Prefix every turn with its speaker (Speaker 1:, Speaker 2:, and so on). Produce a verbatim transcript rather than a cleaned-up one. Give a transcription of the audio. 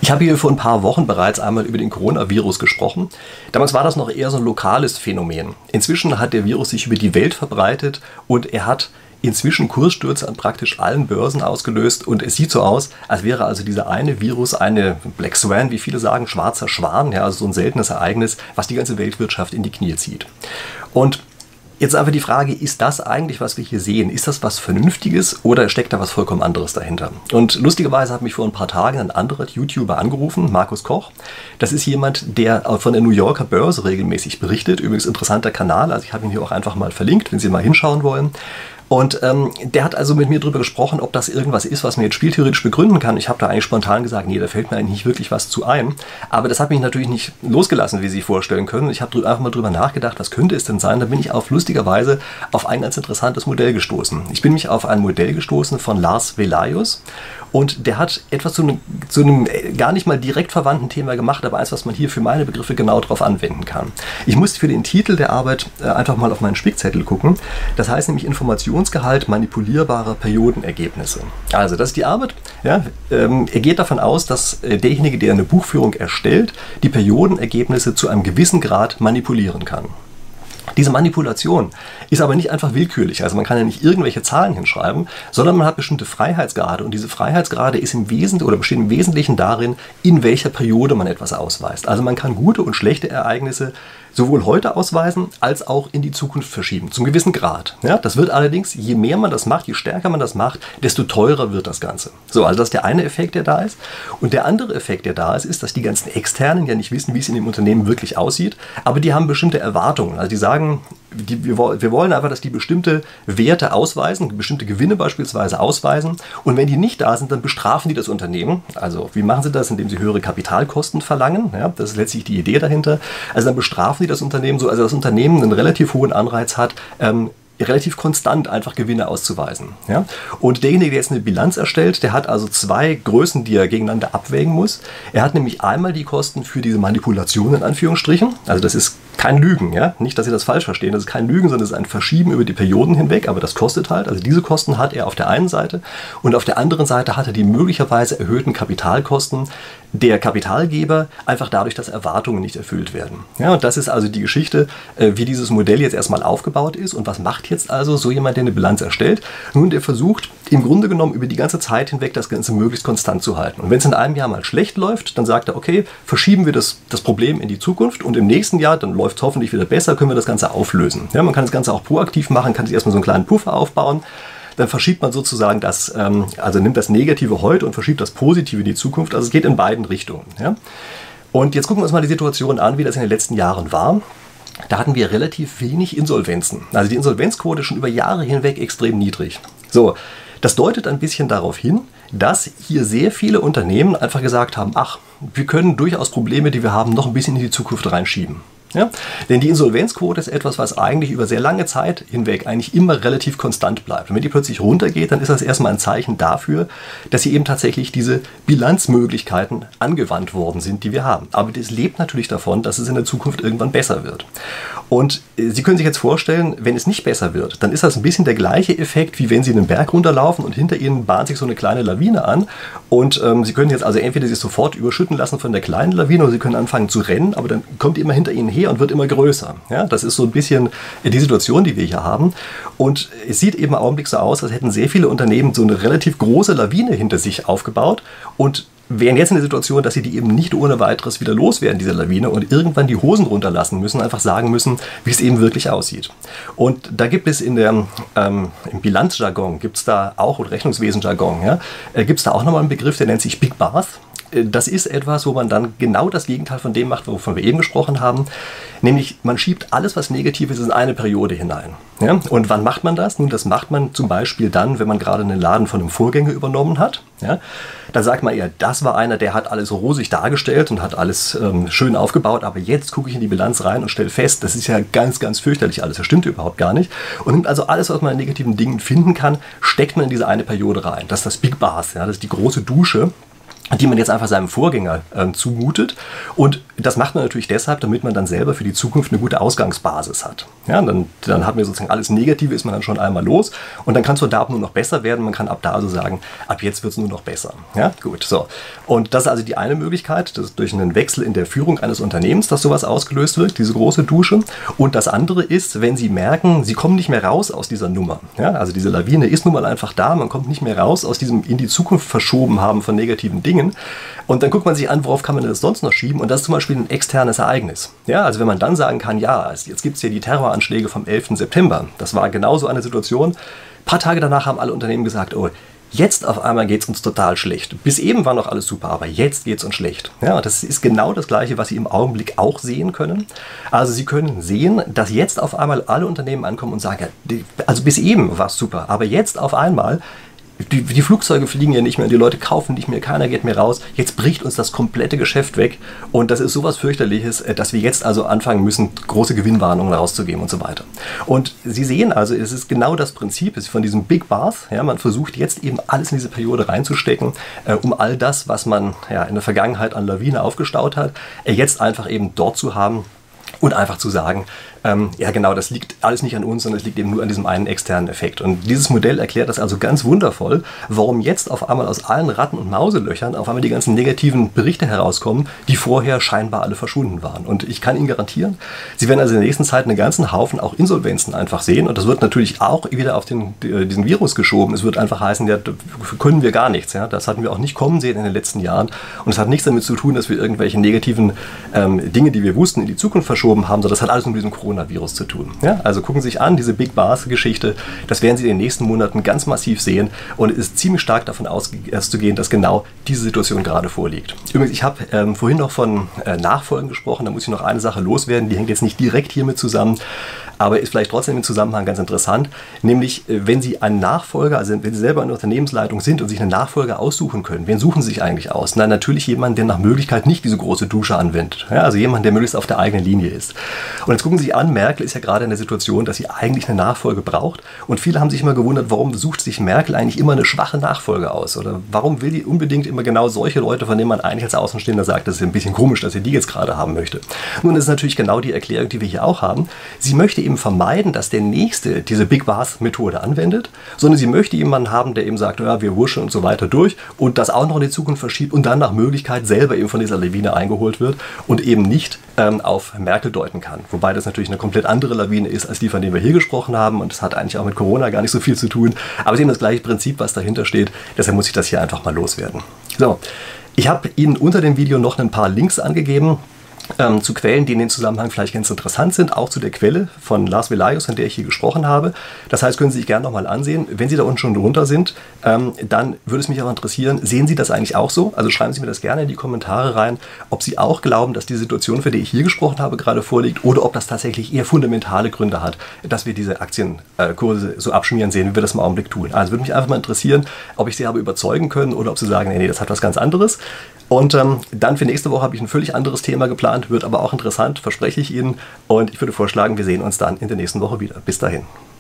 Speaker 1: Ich habe hier vor ein paar Wochen bereits einmal über den Coronavirus gesprochen. Damals war das noch eher so ein lokales Phänomen. Inzwischen hat der Virus sich über die Welt verbreitet und er hat inzwischen Kursstürze an praktisch allen Börsen ausgelöst und es sieht so aus, als wäre also dieser eine Virus eine Black Swan, wie viele sagen, schwarzer Schwan, ja, also so ein seltenes Ereignis, was die ganze Weltwirtschaft in die Knie zieht. Und jetzt einfach die Frage, ist das eigentlich, was wir hier sehen? Ist das was Vernünftiges oder steckt da was vollkommen anderes dahinter? Und lustigerweise hat mich vor ein paar Tagen ein anderer YouTuber angerufen, Markus Koch. Das ist jemand, der von der New Yorker Börse regelmäßig berichtet. Übrigens interessanter Kanal, also ich habe ihn hier auch einfach mal verlinkt, wenn Sie mal hinschauen wollen. Und ähm, der hat also mit mir darüber gesprochen, ob das irgendwas ist, was man jetzt spieltheoretisch begründen kann. Ich habe da eigentlich spontan gesagt, nee, da fällt mir eigentlich nicht wirklich was zu ein. Aber das hat mich natürlich nicht losgelassen, wie Sie sich vorstellen können. Ich habe einfach mal drüber nachgedacht, was könnte es denn sein? Da bin ich auf lustigerweise auf ein ganz interessantes Modell gestoßen. Ich bin mich auf ein Modell gestoßen von Lars Velajos. Und der hat etwas zu einem, zu einem gar nicht mal direkt verwandten Thema gemacht, aber eins, was man hier für meine Begriffe genau drauf anwenden kann. Ich musste für den Titel der Arbeit einfach mal auf meinen Spickzettel gucken. Das heißt nämlich Informationsgehalt manipulierbarer Periodenergebnisse. Also das ist die Arbeit. Ja, ähm, er geht davon aus, dass derjenige, der eine Buchführung erstellt, die Periodenergebnisse zu einem gewissen Grad manipulieren kann. Diese Manipulation ist aber nicht einfach willkürlich, also man kann ja nicht irgendwelche Zahlen hinschreiben, sondern man hat bestimmte Freiheitsgrade und diese Freiheitsgrade ist im Wesentlichen oder besteht im Wesentlichen darin, in welcher Periode man etwas ausweist. Also man kann gute und schlechte Ereignisse sowohl heute ausweisen, als auch in die Zukunft verschieben, zum gewissen Grad. Ja, das wird allerdings, je mehr man das macht, je stärker man das macht, desto teurer wird das Ganze. So, also das ist der eine Effekt, der da ist. Und der andere Effekt, der da ist, ist, dass die ganzen Externen ja nicht wissen, wie es in dem Unternehmen wirklich aussieht, aber die haben bestimmte Erwartungen. Also die sagen, die, wir, wir wollen einfach, dass die bestimmte Werte ausweisen, bestimmte Gewinne beispielsweise ausweisen. Und wenn die nicht da sind, dann bestrafen die das Unternehmen. Also wie machen sie das? Indem sie höhere Kapitalkosten verlangen. Ja, das ist letztlich die Idee dahinter. Also dann bestrafen die das Unternehmen so, also das Unternehmen einen relativ hohen Anreiz hat, ähm, relativ konstant einfach Gewinne auszuweisen. Ja? Und derjenige, der jetzt eine Bilanz erstellt, der hat also zwei Größen, die er gegeneinander abwägen muss. Er hat nämlich einmal die Kosten für diese Manipulation in Anführungsstrichen. Also das ist kein Lügen, ja? Nicht, dass Sie das falsch verstehen. Das ist kein Lügen, sondern es ist ein Verschieben über die Perioden hinweg, aber das kostet halt. Also diese Kosten hat er auf der einen Seite und auf der anderen Seite hat er die möglicherweise erhöhten Kapitalkosten der Kapitalgeber, einfach dadurch, dass Erwartungen nicht erfüllt werden. Ja, und das ist also die Geschichte, wie dieses Modell jetzt erstmal aufgebaut ist und was macht jetzt also so jemand, der eine Bilanz erstellt? Nun, der versucht im Grunde genommen über die ganze Zeit hinweg das Ganze möglichst konstant zu halten. Und wenn es in einem Jahr mal schlecht läuft, dann sagt er, okay, verschieben wir das, das Problem in die Zukunft und im nächsten Jahr, dann läuft es hoffentlich wieder besser, können wir das Ganze auflösen. Ja, man kann das Ganze auch proaktiv machen, kann sich erstmal so einen kleinen Puffer aufbauen. Dann verschiebt man sozusagen das, ähm, also nimmt das Negative heute und verschiebt das Positive in die Zukunft. Also es geht in beiden Richtungen. Ja? Und jetzt gucken wir uns mal die Situation an, wie das in den letzten Jahren war. Da hatten wir relativ wenig Insolvenzen. Also die Insolvenzquote ist schon über Jahre hinweg extrem niedrig. So, das deutet ein bisschen darauf hin, dass hier sehr viele Unternehmen einfach gesagt haben, ach, wir können durchaus Probleme, die wir haben, noch ein bisschen in die Zukunft reinschieben. Ja? Denn die Insolvenzquote ist etwas, was eigentlich über sehr lange Zeit hinweg eigentlich immer relativ konstant bleibt. Und wenn die plötzlich runtergeht, dann ist das erstmal ein Zeichen dafür, dass hier eben tatsächlich diese Bilanzmöglichkeiten angewandt worden sind, die wir haben. Aber das lebt natürlich davon, dass es in der Zukunft irgendwann besser wird. Und äh, Sie können sich jetzt vorstellen, wenn es nicht besser wird, dann ist das ein bisschen der gleiche Effekt, wie wenn Sie einen Berg runterlaufen und hinter Ihnen bahnt sich so eine kleine Lawine an. Und ähm, Sie können jetzt also entweder sich sofort überschütten lassen von der kleinen Lawine oder Sie können anfangen zu rennen, aber dann kommt die immer hinter Ihnen her und wird immer größer. Ja, das ist so ein bisschen die Situation, die wir hier haben. Und es sieht eben im Augenblick so aus, als hätten sehr viele Unternehmen so eine relativ große Lawine hinter sich aufgebaut und wären jetzt in der Situation, dass sie die eben nicht ohne weiteres wieder loswerden, diese Lawine, und irgendwann die Hosen runterlassen müssen, einfach sagen müssen, wie es eben wirklich aussieht. Und da gibt es in der, ähm, im Bilanzjargon, gibt es da auch, und Rechnungswesenjargon, ja, äh, gibt es da auch nochmal einen Begriff, der nennt sich Big Bath. Das ist etwas, wo man dann genau das Gegenteil von dem macht, wovon wir eben gesprochen haben. Nämlich, man schiebt alles, was negativ ist, in eine Periode hinein. Ja? Und wann macht man das? Nun, das macht man zum Beispiel dann, wenn man gerade einen Laden von einem Vorgänger übernommen hat. Ja? Da sagt man eher, das war einer, der hat alles rosig dargestellt und hat alles ähm, schön aufgebaut, aber jetzt gucke ich in die Bilanz rein und stelle fest, das ist ja ganz, ganz fürchterlich alles. Das stimmt überhaupt gar nicht. Und nimmt also alles, was man an negativen Dingen finden kann, steckt man in diese eine Periode rein. Das ist das Big Bath, ja? Das ist die große Dusche. die man jetzt einfach seinem Vorgänger äh, zumutet. Und das macht man natürlich deshalb, damit man dann selber für die Zukunft eine gute Ausgangsbasis hat. Ja, dann, dann hat man sozusagen alles Negative, ist man dann schon einmal los. Und dann kann es von da ab nur noch besser werden. Man kann ab da also sagen, ab jetzt wird es nur noch besser. Ja, gut, so. Und das ist also die eine Möglichkeit, dass durch einen Wechsel in der Führung eines Unternehmens, dass sowas ausgelöst wird, diese große Dusche. Und das andere ist, wenn Sie merken, Sie kommen nicht mehr raus aus dieser Nummer. Ja, also diese Lawine ist nun mal einfach da, man kommt nicht mehr raus aus diesem in die Zukunft verschoben haben von negativen Dingen. Und dann guckt man sich an, worauf kann man das sonst noch schieben? Und das ist zum Beispiel ein externes Ereignis. Ja, also wenn man dann sagen kann, ja, jetzt gibt es hier die Terroranschläge vom elften September. Das war genauso eine Situation. Ein paar Tage danach haben alle Unternehmen gesagt, oh, jetzt auf einmal geht es uns total schlecht. Bis eben war noch alles super, aber jetzt geht es uns schlecht. Ja, das ist genau das Gleiche, was Sie im Augenblick auch sehen können. Also Sie können sehen, dass jetzt auf einmal alle Unternehmen ankommen und sagen, also bis eben war es super, aber jetzt auf einmal Die, die Flugzeuge fliegen ja nicht mehr, die Leute kaufen nicht mehr, keiner geht mehr raus. Jetzt bricht uns das komplette Geschäft weg und das ist sowas fürchterliches, dass wir jetzt also anfangen müssen, große Gewinnwarnungen rauszugeben und so weiter. Und Sie sehen also, es ist genau das Prinzip von diesem Big Bath. Ja, man versucht jetzt eben alles in diese Periode reinzustecken, äh, um all das, was man ja, in der Vergangenheit an Lawine aufgestaut hat, äh, jetzt einfach eben dort zu haben. Und einfach zu sagen, ähm, ja genau, das liegt alles nicht an uns, sondern es liegt eben nur an diesem einen externen Effekt. Und dieses Modell erklärt das also ganz wundervoll, warum jetzt auf einmal aus allen Ratten- und Mauselöchern auf einmal die ganzen negativen Berichte herauskommen, die vorher scheinbar alle verschwunden waren. Und ich kann Ihnen garantieren, Sie werden also in der nächsten Zeit einen ganzen Haufen auch Insolvenzen einfach sehen. Und das wird natürlich auch wieder auf den, diesen Virus geschoben. Es wird einfach heißen, ja, können wir gar nichts. Ja? Das hatten wir auch nicht kommen sehen in den letzten Jahren. Und es hat nichts damit zu tun, dass wir irgendwelche negativen ähm, Dinge, die wir wussten, in die Zukunft verschoben haben, sondern das hat alles mit diesem Coronavirus zu tun. Ja? Also gucken Sie sich an, diese Big Bath-Geschichte, das werden Sie in den nächsten Monaten ganz massiv sehen und es ist ziemlich stark davon auszugehen, dass genau diese Situation gerade vorliegt. Übrigens, ich habe ähm, vorhin noch von äh, Nachfolgen gesprochen, da muss ich noch eine Sache loswerden, die hängt jetzt nicht direkt hiermit zusammen, aber ist vielleicht trotzdem im Zusammenhang ganz interessant, nämlich wenn Sie einen Nachfolger, also wenn Sie selber in der Unternehmensleitung sind und sich einen Nachfolger aussuchen können, wen suchen Sie sich eigentlich aus? Na, natürlich jemanden, der nach Möglichkeit nicht diese große Dusche anwendet. Ja, also jemand, der möglichst auf der eigenen Linie ist. Und jetzt gucken Sie sich an, Merkel ist ja gerade in der Situation, dass sie eigentlich eine Nachfolge braucht und viele haben sich immer gewundert, warum sucht sich Merkel eigentlich immer eine schwache Nachfolge aus oder warum will die unbedingt immer genau solche Leute, von denen man eigentlich als Außenstehender sagt, das ist ein bisschen komisch, dass sie die jetzt gerade haben möchte. Nun, das ist natürlich genau die Erklärung, die wir hier auch haben. Sie möchte eben vermeiden, dass der Nächste diese Big Bath-Methode anwendet, sondern sie möchte jemanden haben, der eben sagt, ja, wir wurscheln und so weiter durch und das auch noch in die Zukunft verschiebt und dann nach Möglichkeit selber eben von dieser Lawine eingeholt wird und eben nicht ähm, auf Merkel deuten kann. Wobei das natürlich eine komplett andere Lawine ist, als die, von denen wir hier gesprochen haben und das hat eigentlich auch mit Corona gar nicht so viel zu tun, aber es ist eben das gleiche Prinzip, was dahinter steht, deshalb muss ich das hier einfach mal loswerden. So, ich habe Ihnen unter dem Video noch ein paar Links angegeben, Ähm, zu Quellen, die in dem Zusammenhang vielleicht ganz interessant sind, auch zu der Quelle von Lars Velajos, von der ich hier gesprochen habe. Das heißt, können Sie sich gerne nochmal ansehen. Wenn Sie da unten schon drunter sind, ähm, dann würde es mich auch interessieren, sehen Sie das eigentlich auch so? Also schreiben Sie mir das gerne in die Kommentare rein, ob Sie auch glauben, dass die Situation, für die ich hier gesprochen habe, gerade vorliegt oder ob das tatsächlich eher fundamentale Gründe hat, dass wir diese Aktienkurse so abschmieren sehen, wie wir das im Augenblick tun. Also würde mich einfach mal interessieren, ob ich Sie habe überzeugen können oder ob Sie sagen, nee, nee, das hat was ganz anderes. Und ähm, dann für nächste Woche habe ich ein völlig anderes Thema geplant, wird aber auch interessant, verspreche ich Ihnen. Und ich würde vorschlagen, wir sehen uns dann in der nächsten Woche wieder. Bis dahin.